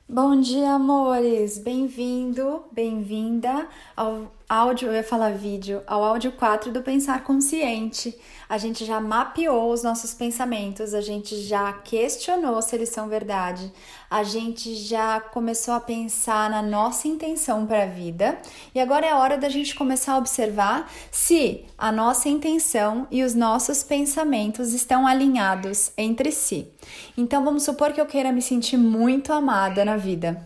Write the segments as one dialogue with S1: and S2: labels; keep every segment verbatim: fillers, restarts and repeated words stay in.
S1: Bom dia, amores! Bem-vindo, bem-vinda ao áudio, eu ia falar vídeo, ao áudio quatro do Pensar Consciente. A gente já mapeou os nossos pensamentos, a gente já questionou se eles são verdade, a gente já começou a pensar na nossa intenção para a vida e agora é a hora da gente começar a observar se a nossa intenção e os nossos pensamentos estão alinhados entre si. Então vamos supor que eu queira me sentir muito amada na vida.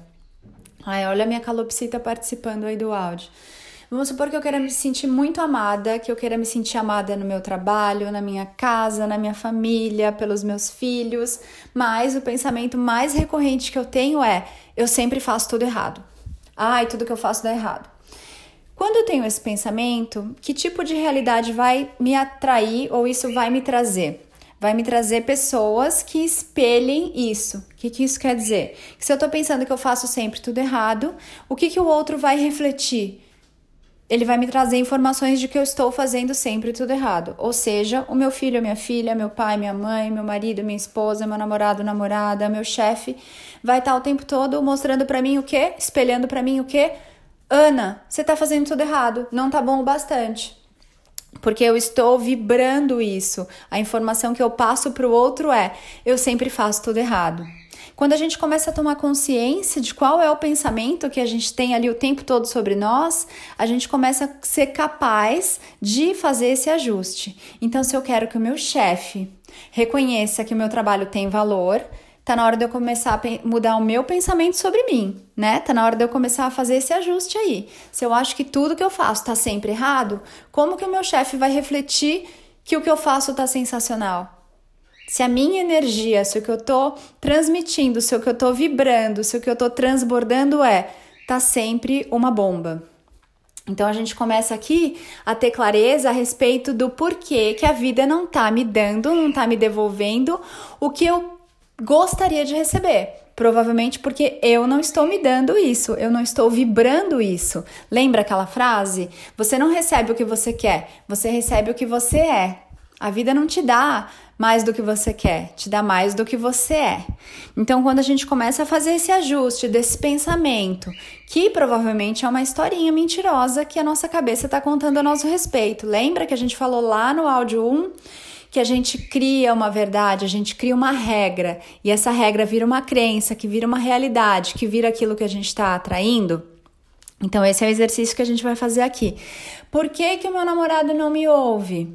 S1: Ai, olha a minha calopsita participando aí do áudio. Vamos supor que eu queira me sentir muito amada, que eu queira me sentir amada no meu trabalho, na minha casa, na minha família, pelos meus filhos, mas o pensamento mais recorrente que eu tenho é: eu sempre faço tudo errado. Ai, tudo que eu faço dá errado. Quando eu tenho esse pensamento, que tipo de realidade vai me atrair ou isso vai me trazer? Vai me trazer pessoas que espelhem isso. O que, que isso quer dizer? Que se eu tô pensando que eu faço sempre tudo errado, o que, que o outro vai refletir? Ele vai me trazer informações de que eu estou fazendo sempre tudo errado. Ou seja, o meu filho, minha filha, meu pai, minha mãe, meu marido, minha esposa, meu namorado, namorada, meu chefe, vai estar o tempo todo mostrando pra mim o quê? Espelhando pra mim o quê? Ana, você tá fazendo tudo errado, não tá bom o bastante. Porque eu estou vibrando isso. A informação que eu passo pro outro é: eu sempre faço tudo errado. Quando a gente começa a tomar consciência de qual é o pensamento que a gente tem ali o tempo todo sobre nós, a gente começa a ser capaz de fazer esse ajuste. Então, se eu quero que o meu chefe reconheça que o meu trabalho tem valor, tá na hora de eu começar a mudar o meu pensamento sobre mim, né? Tá na hora de eu começar a fazer esse ajuste aí. Se eu acho que tudo que eu faço tá sempre errado, como que o meu chefe vai refletir que o que eu faço tá sensacional? Se a minha energia, se o que eu tô transmitindo, se o que eu tô vibrando, se o que eu tô transbordando é, tá sempre uma bomba. Então a gente começa aqui a ter clareza a respeito do porquê que a vida não tá me dando, não tá me devolvendo o que eu gostaria de receber. Provavelmente porque eu não estou me dando isso, eu não estou vibrando isso. Lembra aquela frase? Você não recebe o que você quer, você recebe o que você é. A vida não te dá mais do que você quer, te dá mais do que você é. Então, quando a gente começa a fazer esse ajuste desse pensamento, que provavelmente é uma historinha mentirosa que a nossa cabeça está contando a nosso respeito. Lembra que a gente falou lá no áudio um que a gente cria uma verdade, a gente cria uma regra, e essa regra vira uma crença, que vira uma realidade, que vira aquilo que a gente está atraindo? Então, esse é o exercício que a gente vai fazer aqui. Por que que o meu namorado não me ouve?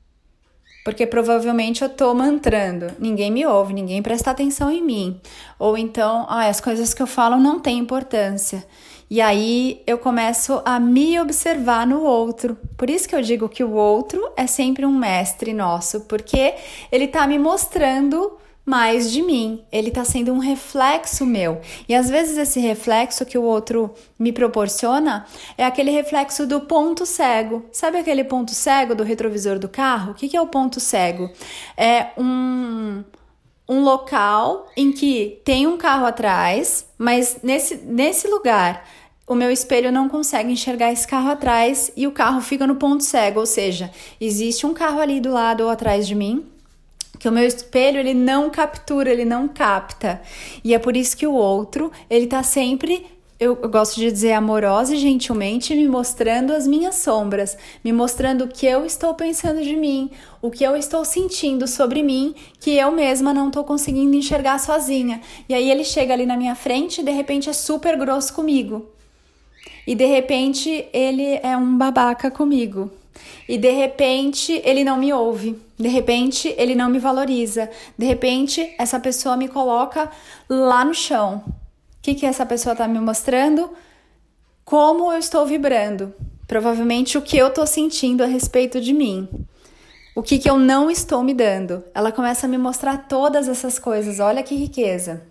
S1: Porque provavelmente eu tô mantrando, ninguém me ouve, ninguém presta atenção em mim. Ou então, ah, as coisas que eu falo não têm importância. E aí eu começo a me observar no outro. Por isso que eu digo que o outro é sempre um mestre nosso, porque ele tá me mostrando mais de mim, ele tá sendo um reflexo meu. E às vezes esse reflexo que o outro me proporciona é aquele reflexo do ponto cego. Sabe aquele ponto cego do retrovisor do carro? O que que é o ponto cego? É um, um local em que tem um carro atrás, mas nesse, nesse lugar o meu espelho não consegue enxergar esse carro atrás e o carro fica no ponto cego, ou seja, existe um carro ali do lado ou atrás de mim, que o meu espelho ele não captura, ele não capta. E é por isso que o outro, ele tá sempre, eu, eu gosto de dizer amorosa e gentilmente, me mostrando as minhas sombras, me mostrando o que eu estou pensando de mim, o que eu estou sentindo sobre mim, que eu mesma não tô conseguindo enxergar sozinha. E aí ele chega ali na minha frente e de repente é super grosso comigo. E de repente ele é um babaca comigo. E de repente ele não me ouve, de repente ele não me valoriza, de repente essa pessoa me coloca lá no chão. O que que essa pessoa está me mostrando? Como eu estou vibrando, provavelmente o que eu estou sentindo a respeito de mim, o que que eu não estou me dando. Ela começa a me mostrar todas essas coisas, olha que riqueza.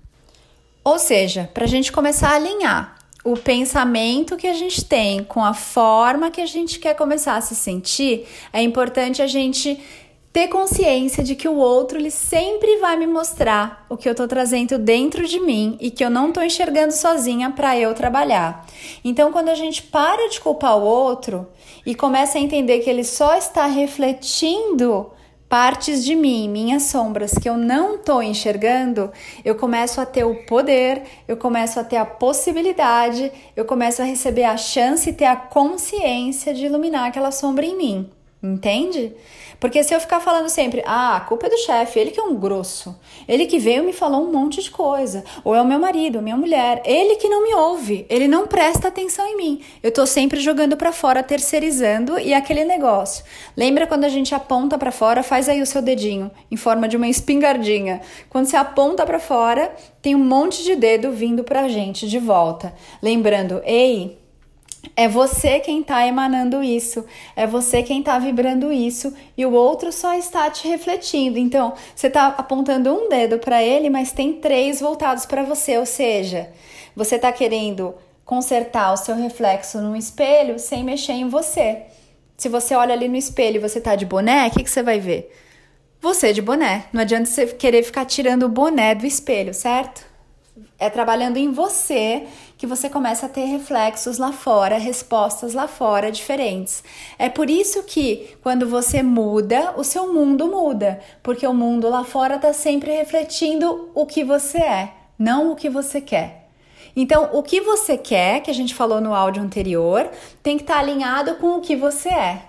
S1: Ou seja, para a gente começar a alinhar o pensamento que a gente tem com a forma que a gente quer começar a se sentir, é importante a gente ter consciência de que o outro ele sempre vai me mostrar o que eu tô trazendo dentro de mim e que eu não tô enxergando sozinha para eu trabalhar. Então, quando a gente para de culpar o outro e começa a entender que ele só está refletindo partes de mim, minhas sombras que eu não tô enxergando, eu começo a ter o poder, eu começo a ter a possibilidade, eu começo a receber a chance e ter a consciência de iluminar aquela sombra em mim. Entende? Porque se eu ficar falando sempre, ah, a culpa é do chefe, ele que é um grosso, ele que veio e me falou um monte de coisa, ou é o meu marido, minha mulher, ele que não me ouve, ele não presta atenção em mim. Eu tô sempre jogando pra fora, terceirizando, e aquele negócio. Lembra quando a gente aponta pra fora, faz aí o seu dedinho em forma de uma espingardinha. Quando você aponta pra fora, tem um monte de dedo vindo pra gente de volta. Lembrando, ei, é você quem está emanando isso, é você quem está vibrando isso e o outro só está te refletindo. Então, você está apontando um dedo para ele, mas tem três voltados para você, ou seja, você está querendo consertar o seu reflexo num espelho sem mexer em você. Se você olha ali no espelho e você está de boné, o que, que você vai ver? Você de boné. Não adianta você querer ficar tirando o boné do espelho, certo? É trabalhando em você que você começa a ter reflexos lá fora, respostas lá fora diferentes. É por isso que quando você muda, o seu mundo muda, porque o mundo lá fora está sempre refletindo o que você é, não o que você quer. Então, o que você quer, que a gente falou no áudio anterior, tem que estar alinhado com o que você é.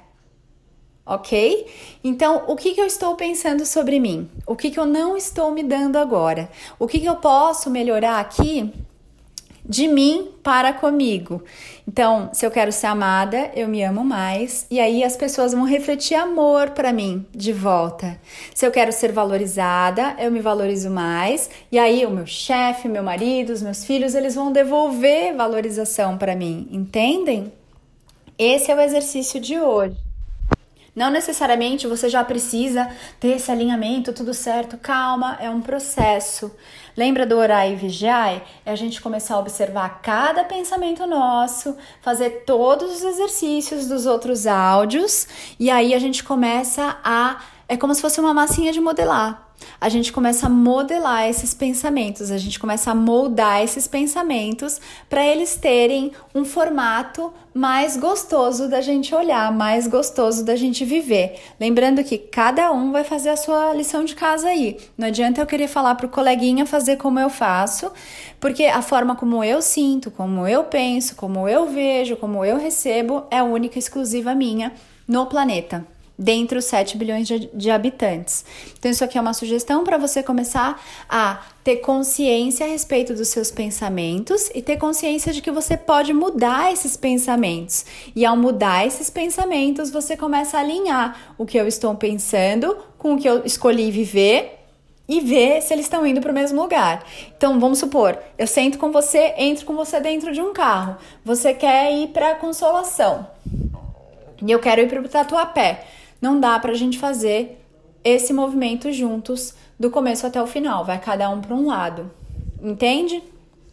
S1: Ok? Então, o que, que eu estou pensando sobre mim? O que, que eu não estou me dando agora? O que, que eu posso melhorar aqui de mim para comigo? Então, se eu quero ser amada, eu me amo mais. E aí as pessoas vão refletir amor para mim de volta. Se eu quero ser valorizada, eu me valorizo mais. E aí o meu chefe, meu marido, os meus filhos, eles vão devolver valorização para mim. Entendem? Esse é o exercício de hoje. Não necessariamente você já precisa ter esse alinhamento, tudo certo, calma, é um processo. Lembra do orar e vigiar? É a gente começar a observar cada pensamento nosso, fazer todos os exercícios dos outros áudios e aí a gente começa a... É como se fosse uma massinha de modelar. A gente começa a modelar esses pensamentos, a gente começa a moldar esses pensamentos para eles terem um formato mais gostoso da gente olhar, mais gostoso da gente viver. Lembrando que cada um vai fazer a sua lição de casa aí. Não adianta eu querer falar pro coleguinha fazer como eu faço, porque a forma como eu sinto, como eu penso, como eu vejo, como eu recebo é única e exclusiva minha no planeta. Dentre os sete bilhões de, de habitantes. Então, isso aqui é uma sugestão para você começar a ter consciência a respeito dos seus pensamentos e ter consciência de que você pode mudar esses pensamentos. E ao mudar esses pensamentos, você começa a alinhar o que eu estou pensando com o que eu escolhi viver e ver se eles estão indo para o mesmo lugar. Então, vamos supor, eu sento com você, entro com você dentro de um carro. Você quer ir para a Consolação e eu quero ir para o Tatuapé. Não dá pra gente fazer esse movimento juntos do começo até o final. Vai cada um para um lado. Entende?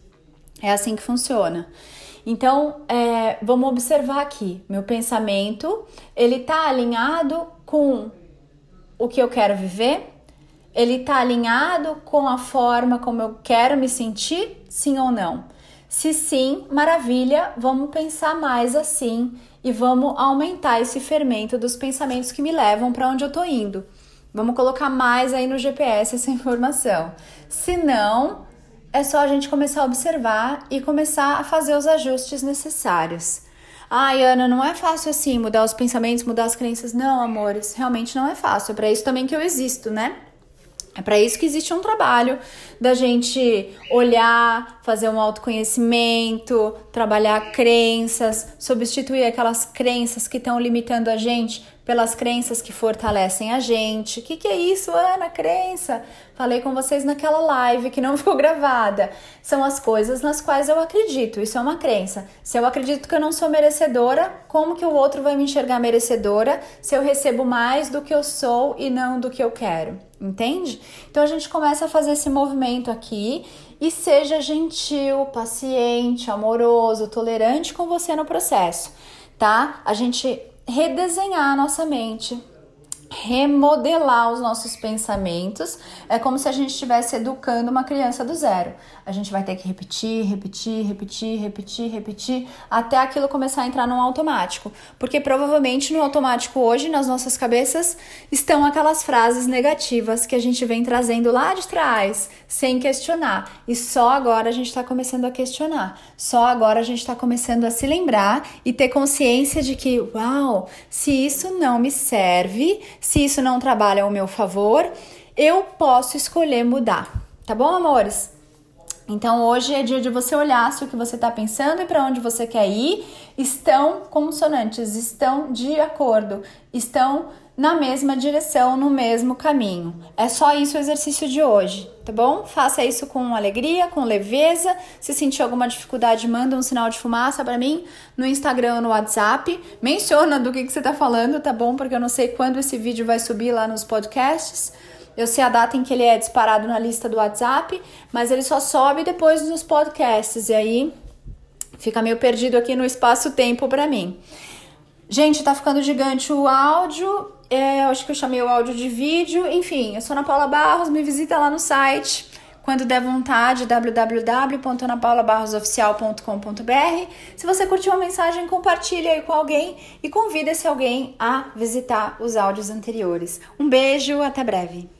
S1: É assim que funciona. Então, é, vamos observar aqui. Meu pensamento, ele tá alinhado com o que eu quero viver? Ele tá alinhado com a forma como eu quero me sentir? Sim ou não? Se sim, maravilha, vamos pensar mais assim e vamos aumentar esse fermento dos pensamentos que me levam para onde eu tô indo. Vamos colocar mais aí no G P S essa informação. Se não, é só a gente começar a observar e começar a fazer os ajustes necessários. Ai, Ana, não é fácil assim mudar os pensamentos, mudar as crenças. Não, amores, realmente não é fácil. É para isso também que eu existo, né? É para isso que existe um trabalho da gente olhar, fazer um autoconhecimento, trabalhar crenças, substituir aquelas crenças que estão limitando a gente pelas crenças que fortalecem a gente. O que, que é isso, Ana? Crença? Falei com vocês naquela live que não ficou gravada. São as coisas nas quais eu acredito. Isso é uma crença. Se eu acredito que eu não sou merecedora, como que o outro vai me enxergar merecedora se eu recebo mais do que eu sou e não do que eu quero? Entende? Então a gente começa a fazer esse movimento aqui e seja gentil, paciente, amoroso, tolerante com você no processo, tá? A gente redesenhar a nossa mente, remodelar os nossos pensamentos. É como se a gente estivesse educando uma criança do zero. A gente vai ter que repetir, repetir, repetir, repetir, repetir, até aquilo começar a entrar num automático. Porque provavelmente no automático hoje, nas nossas cabeças, estão aquelas frases negativas que a gente vem trazendo lá de trás, sem questionar. E só agora a gente está começando a questionar. Só agora a gente está começando a se lembrar e ter consciência de que, uau, se isso não me serve, se isso não trabalha ao meu favor, eu posso escolher mudar. Tá bom, amores? Então hoje é dia de você olhar se o que você está pensando e para onde você quer ir estão consonantes, estão de acordo, estão na mesma direção, no mesmo caminho. É só isso o exercício de hoje, tá bom? Faça isso com alegria, com leveza. Se sentir alguma dificuldade, manda um sinal de fumaça para mim no Instagram ou no WhatsApp. Menciona do que, que você tá falando, tá bom? Porque eu não sei quando esse vídeo vai subir lá nos podcasts. Eu sei a data em que ele é disparado na lista do WhatsApp, mas ele só sobe depois nos podcasts. E aí fica meio perdido aqui no espaço-tempo para mim. Gente, tá ficando gigante o áudio. É, eu acho que eu chamei o áudio de vídeo. Enfim, eu sou Ana Paula Barros, me visita lá no site. Quando der vontade, w w w ponto ana paula barros oficial ponto com ponto b r. Se você curtiu a mensagem, compartilha aí com alguém e convida esse alguém a visitar os áudios anteriores. Um beijo, até breve.